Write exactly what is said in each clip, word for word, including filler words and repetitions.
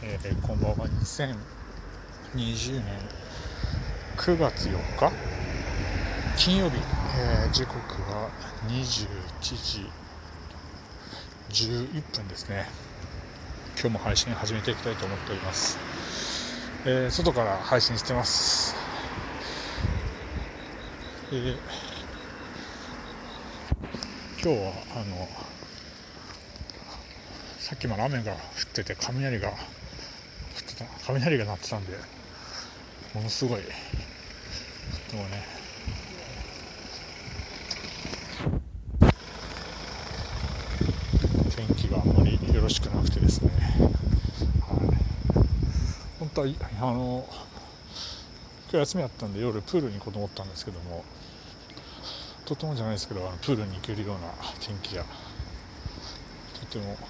えー、こんばんは。にせんにじゅうねんくがつよっか金曜日、えー、時刻はにじゅういちじじゅういっぷんですね。今日も配信始めていきたいと思っております。えー、外から配信してます。えー、今日はあのさっきまで雨が降ってて雷が降ってた雷が鳴ってたんで、ものすごいでもね天気があんまりよろしくなくてですね、はい、本当はあの今日休みだったんで夜プールに行こうと思ったんですけども、とてもじゃないですけどあのプールに行けるような天気じゃとても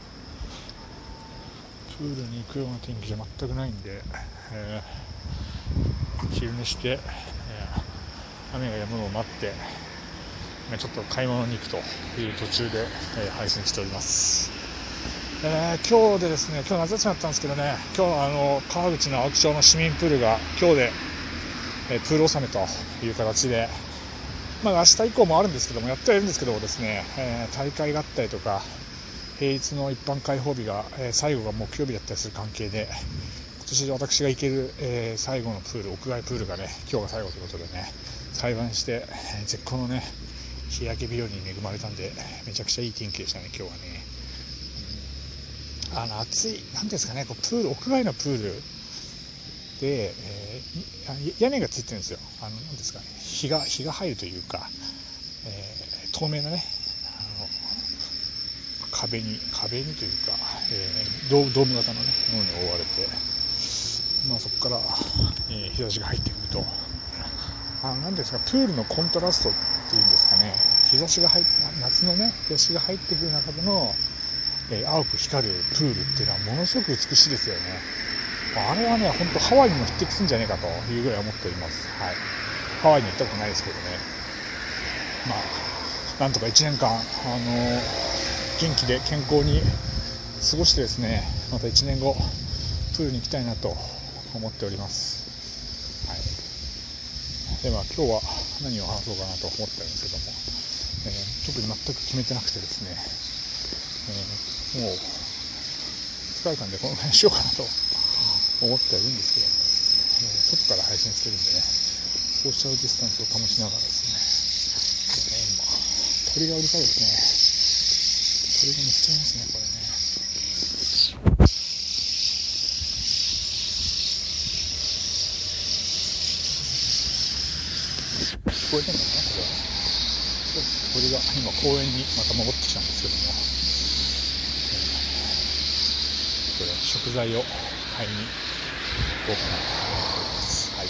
プールに行くような天気じゃ全くないんで、えー、昼寝して、えー、雨が止むのを待ってちょっと買い物に行くという途中で、えー、配信しております。えー、今日でですね、今日夏休みだったんですけどね、今日あの川口の青木町の市民プールが今日で、えー、プール納めという形で、まあ明日以降もあるんですけども、やってはいるんですけどもですね、えー、大会があったりとか平日の一般開放日が、えー、最後が木曜日だったりする関係で、今年私が行ける、えー、最後のプール、屋外プールがね今日が最後ということでね、裁判して、えー、絶好のね日焼け日和に恵まれたんで、めちゃくちゃいい天気でしたね今日はね。あの暑いなんですかね、こうプール屋外のプールで、えー、屋根がついてるんですよ。あのなんですかね、日が日が入るというか、えー、透明なねあの壁に壁にというか、えー、ド, ドーム型の、ね、ものに覆われて、まあ、そこから、えー、日差しが入ってくると、あなんですか、プールのコントラストっていうんですかね、日差しが入って夏のね日差しが入ってくる中での、えー、青く光るプールっていうのはものすごく美しいですよね。あれはね本当ハワイにも匹敵するんじゃないかというぐらい思っております。はい、ハワイに行ったことないですけどね、まあなんとかいちねんかん、あのー、元気で健康に過ごしてですね、またいちねんごプールに行きたいなと思っております。はい、では今日は何を話そうかなと思ってるんですけども、えー、特に全く決めてなくてですね、えー、もう疲れたんでこの辺しようかなと思ってはいるんですけどもですね、えー、外から配信してるんでね、ソーシャルディスタンスを保ちながらですね、えー、今鳥がうるさいですね。鳥がめっちゃいますねこれね。聞こえてるのかなこれは。鳥が今公園にまた戻ってきたんですけども、えー、これ食材を買いに行こうかなと思っております。はい、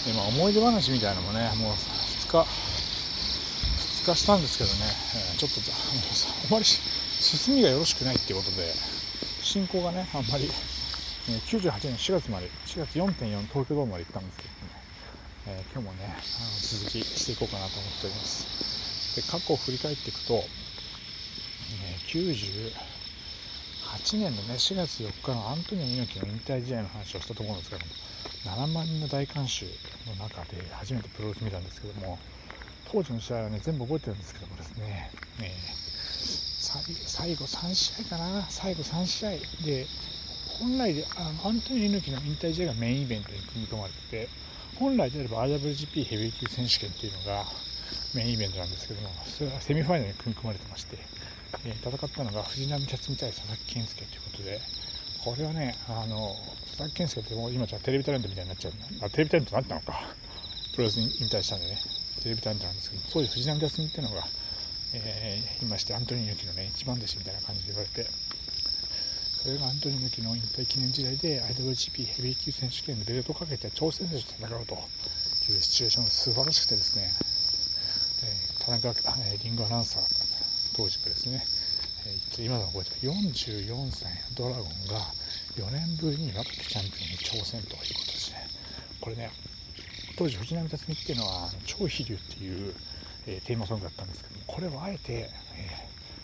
で、まあ、思い出話みたいなのもねもうふつかふつかしたんですけどね、えー、ちょっとあまり進みがよろしくないっていうことで進行がねあんまり、えー、きゅうじゅうはちねんしがつまでしがつ よんてんよん 東京ドームまで行ったんですけどね、えー、今日もねあの続きしていこうかなと思っております。で過去を振り返っていくと、えー、きゅうじゅうはちねんのねしがつよっかのアントニオ猪木の引退試合の話をしたと思うんですけども、ななまんにんの大観衆の中で初めてプロレス見たんですけども、当時の試合はね全部覚えてるんですけどもですね、えー、最後さんしあいかな最後さんしあいで、本来であのアントニオ猪木の引退試合がメインイベントに組み込まれてて、本来であれば アイダブリュージーピー ヘビー級選手権っていうのがメインイベントなんですけども、それはセミファイナルに組み込まれてまして、えー、戦ったのが藤波辰巳対佐々木健介ということで、これはねあの佐々木健介ってもう今じゃテレビタレントみたいになっちゃう、あテレビタレントになったのか、プロレスに引退したんでねテレビタレントなんですけど、当時藤波辰巳っていうのが、えー、いまして、アントニオ猪木のね一番弟子みたいな感じで言われて、それがアントニオ猪木の引退記念時代で アイダブリュージーピー ヘビー級選手権でベルトをかけて挑戦者と戦うというシチュエーションが素晴らしくてですね、えー、田中、えー、リングアナウンサー当時はですね、えー、今の覚えてるよんじゅうよんさいのドラゴンがよねんぶりに若きチャンピオンに挑戦ということですね。これね当時藤波辰巳っていうのは超飛竜っていう、えー、テーマソングだったんですけども、これをあえて、えー、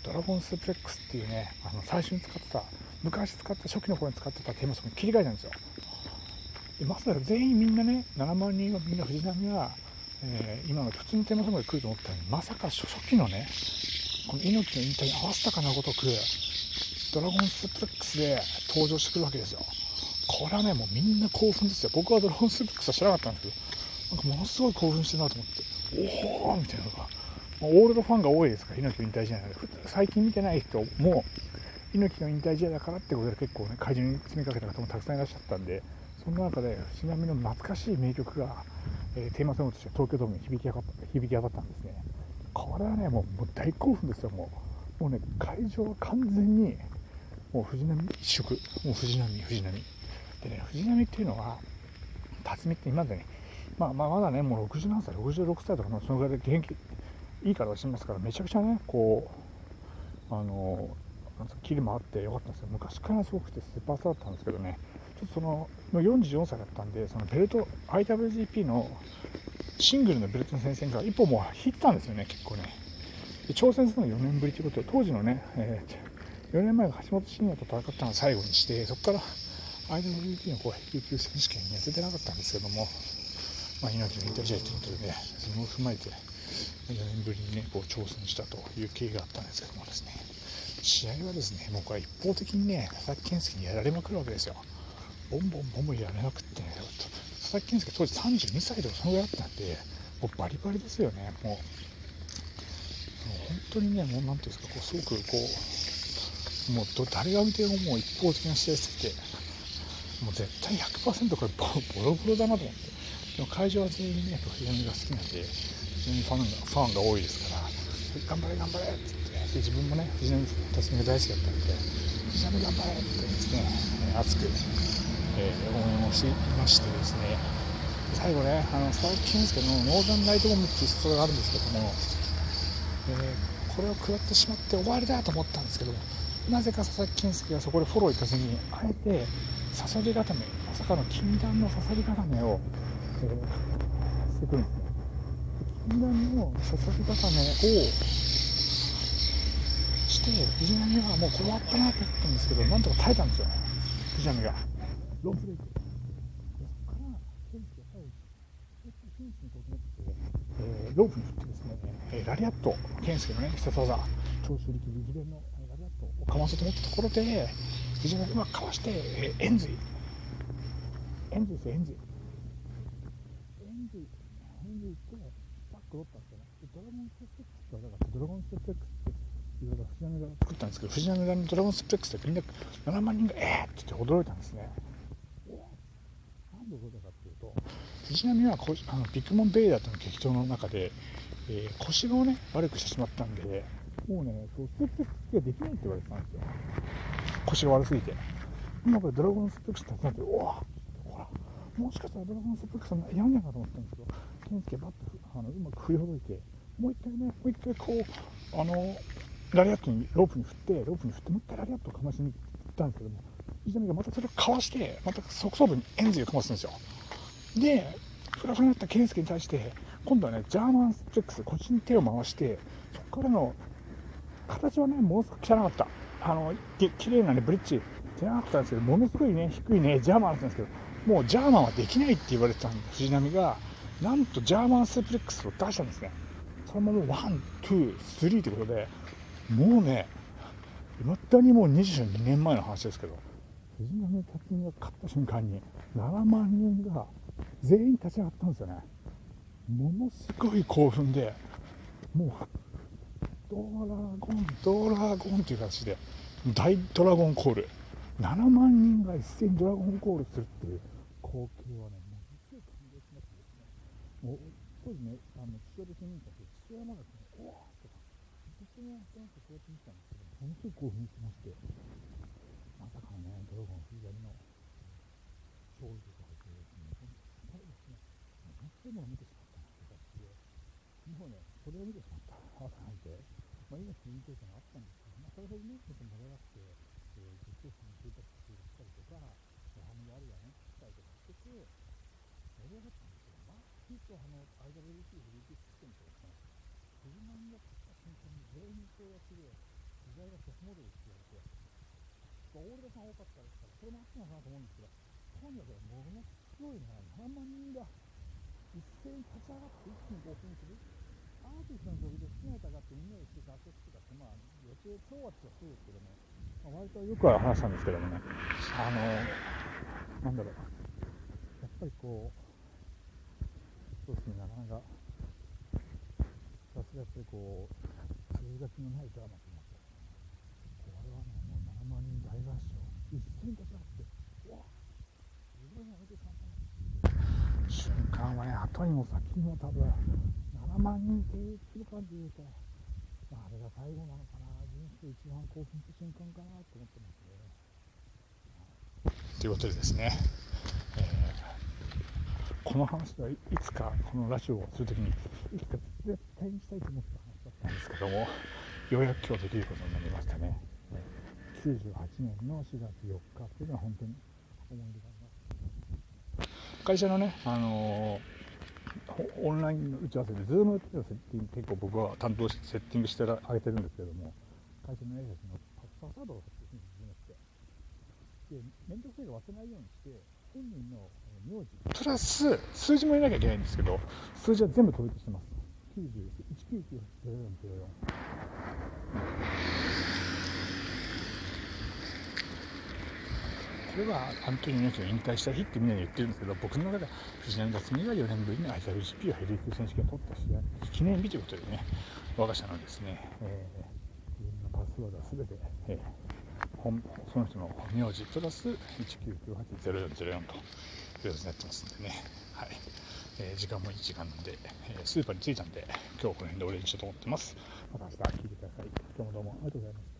ドラゴンスープレックスっていうね、あの最初に使ってた、昔使った初期の頃に使ってたテーマソングに切り替えたんですよ。でまさか全員みんなね、ななまんにんはみんな藤波が、えー、今の普通のテーマソングで来ると思ったのに、まさか初期のね、この猪木の引退に合わせたかなごとくドラゴンスープレックスで登場してくるわけですよ。これはね、もうみんな興奮ですよ。僕はドラゴンスープレックスは知らなかったんですけど、なんかものすごい興奮してるなと思って、おおみたいなのが、オールドファンが多いですから、猪木の引退試合なんで、最近見てない人も猪木の引退試合だからってことで結構ね、会場に詰めかけた方もたくさんいらっしゃったんで、その中で藤波の懐かしい名曲が、えー、テーマソングとして東京ドームに響き渡った、響き渡ったんですね。これはね、もう、もう大興奮ですよ。もう、もうね、会場は完全にもう藤波一色、もう藤波藤波でね、藤波っていうのは辰巳って今までね、まあまあまだね、もうろくじゅうなんさいろくじゅうろくさいとかのそのぐらいで元気いい体をしてますから、めちゃくちゃね、こうあのキレもあってよかったんですよ。昔からすごくてスーパースターだったんですけどね、ちょっとそのよんじゅうよんさいだったんで、そのベルト アイダブリュージーピー のシングルのベルトの戦線が一歩もう引いてたんですよね。結構ね、で挑戦するのがよねんぶりということで、当時のね、えー、よねんまえが橋本真也と戦ったのを最後にして、そこから アイダブリューピー のこうヘビー級選手権には出てなかったんですけども、まあ、猪木の引退試合ということでね、それを踏まえてよねんぶりにね、こう挑戦したという経緯があったんですけどもですね、試合はですね、もうこれ一方的にね、佐々木健介にやられまくるわけですよ。ボンボンボンボンやれまくってね、佐々木健介当時さんじゅうにさいとかそのぐらいだったんで、もうバリバリですよね。もう本当にね、もうなんていうんですか、こうすごくこう、もう誰が見てももう一方的な試合してて、もう絶対 ひゃくパーセント これボロボロだなと思って、でも会場は全員ね、藤波が好きなんで、非常にファンがファンが多いですから、頑張れ頑張れって言って、で自分もね、藤波辰巳が大好きだったんで、藤波頑張れってですね、熱く、えー、応援をしていましてですね、最後ね、あの佐々木健介のノーザンライトボムっていう説があるんですけども、えー、これを食らってしまって終わりだと思ったんですけども、なぜか佐々木健介がそこでフォロー行かずに、あえてさそり固め、まさかの禁断のさそり固めを、えー、してくるんですね。禁断のさそり固めをして藤波はもうこれ終わったなと思ったんですけど、なんとか耐えたんですよね、藤波がロープレイクで。そこから健介が最後にフィニッシュにこうと思って、えー、ロープに振ってですね、えー、ラリアット、健介のね必殺技、長州力秘伝のラリアットをかわそうと思ったところで、藤波がうまくかわして、えー、エンズイエンズイですよ、エンズイエンズイエンズイってバック取ったんですよね。でドラゴンスープレックスって技があって、ドラゴンスープレックスっていう技を藤波が作ったんですけど、藤波がドラゴンスープレックスでみんなななまんにんがえーって言って驚いたんですね。なんで驚いたかっていうと、藤波はこあのビッグモンベイダーとの激闘の中で、えー、腰をね悪くしてしまったんで、もうねそうスープレックスができないって言われてたんですよ、腰が悪すぎて。今これドラゴンスープレックスってなって、おわほらもしかしたらドラゴンスープレックスやんねんかと思ったんですけど、健介バッとあのうまく振りほどいて、もう一回ねもう一回こうあのラリアットにロープに振ってロープに振ってもう一回ラリアットをかましに行ったんですけども、藤波がまたそれをかわしてまた側走部にエンズイをかますんですよ。でフラフラになった健介に対して今度はねジャーマンスプレックス、腰に手を回して、そこからの形はねものすごく汚かった、あのきれいなねブリッジじゃなかったんですけど、ものすごいね低いねジャーマンだったんですけど、もうジャーマンはできないって言われてたんで、藤波がなんとジャーマンスープレックスを出したんですね。そのままワン、ツー、スリーということで、もうねいまだにもうにじゅうにねんまえの話ですけど、藤波辰巳が勝った瞬間にななまんにんが全員立ち上がったんですよね。ものすごい興奮で、もうドラゴンドラゴンという形で大ドラゴンコール、ななまんにんが一斉にドラゴンコールするっていう光景はね、ものすごい感動しましたですね。もう当時ね、あの父親と一緒に見たんですけど、父親まだですね、おーとかずっとね、こうやって見てたんですけど、ものすごい興奮してまして、まさかのね、ドラゴン藤波の勝利とかですね、本当にですね、ものすごいものを見てしまったなという形で、もうね、それを見てしまった後なんで、まあ、今の緊張感があったんですけど、まあ、それほどね、ちょっと盛り上がって、えー、実況者のフィードバックしたりとか、ハムがあるわね、したりとかしてて、盛り上がったんですけど、まあ、きっとあの、アイダブリューシー フリーキックシステムとですね、藤波が勝った瞬間に全員総立ちで、 材がソフモデルって言われて、オールドさん多かったですから、それもあったのかなと思うんですけど、とにかくものすごいね、ななまんにんが一斉に立ち上がって一気に興奮する。アーティストの曲で好きな歌があってみんなでして楽曲とかって、まあ予定今日はってそうですけどね、まあ、割とよくは話したんですけどもね、あのー、なんだろう、やっぱりこう、そうですね、なかなかさすがやっぱりこう通学のないドラマといいますか、これはね、もうななまんにん大合唱、一斉に立ち上がって、うわすごいな、見てたんだな瞬間はね、後にも先にも多分ななまんにん経営する感じで言うと、まあ、あれが最後なのかな、人生一番興奮した瞬間かなと思ってますね。ということでですね、えー、この話はいつかこのラジオをするときにいつか絶対にしたいと思った話だったんですけども、ようやく今日できることになりましたね。きゅうじゅうはちねんのしがつよっかっていうのは本当に思い出があります。会社のね、あのー、オンラインの打ち合わせで Zoom っていうのをセッティング結構僕は担当してセッティングしてあげてるんですけども、会社の A たちのファサードを設定するんですね。で、面倒くさいが忘れないようにして、本人の名字プラス数字も入れなきゃいけないんですけど、数字は全部統一してます。きゅうじゅう、いちきゅうきゅうはちゼロよんゼロよん。これはアントニオ猪木が引退した日ってみんなに言ってるんですけど、僕の中では藤波辰巳がよねんぶりに アイダブリュージーピー ヘビー級選手権を取った記念日ということでね、我が社のですね、えー、自分のパスワードは全て、えー、本その人の名字プラスいちきゅうきゅうはちゼロよんゼロよんということになってますんでね、はい、えー、時間もいい時間なんで、えー、スーパーに着いたんで今日この辺で終わりにしようと思ってます。また明日聞いてください。今日もどうもありがとうございました。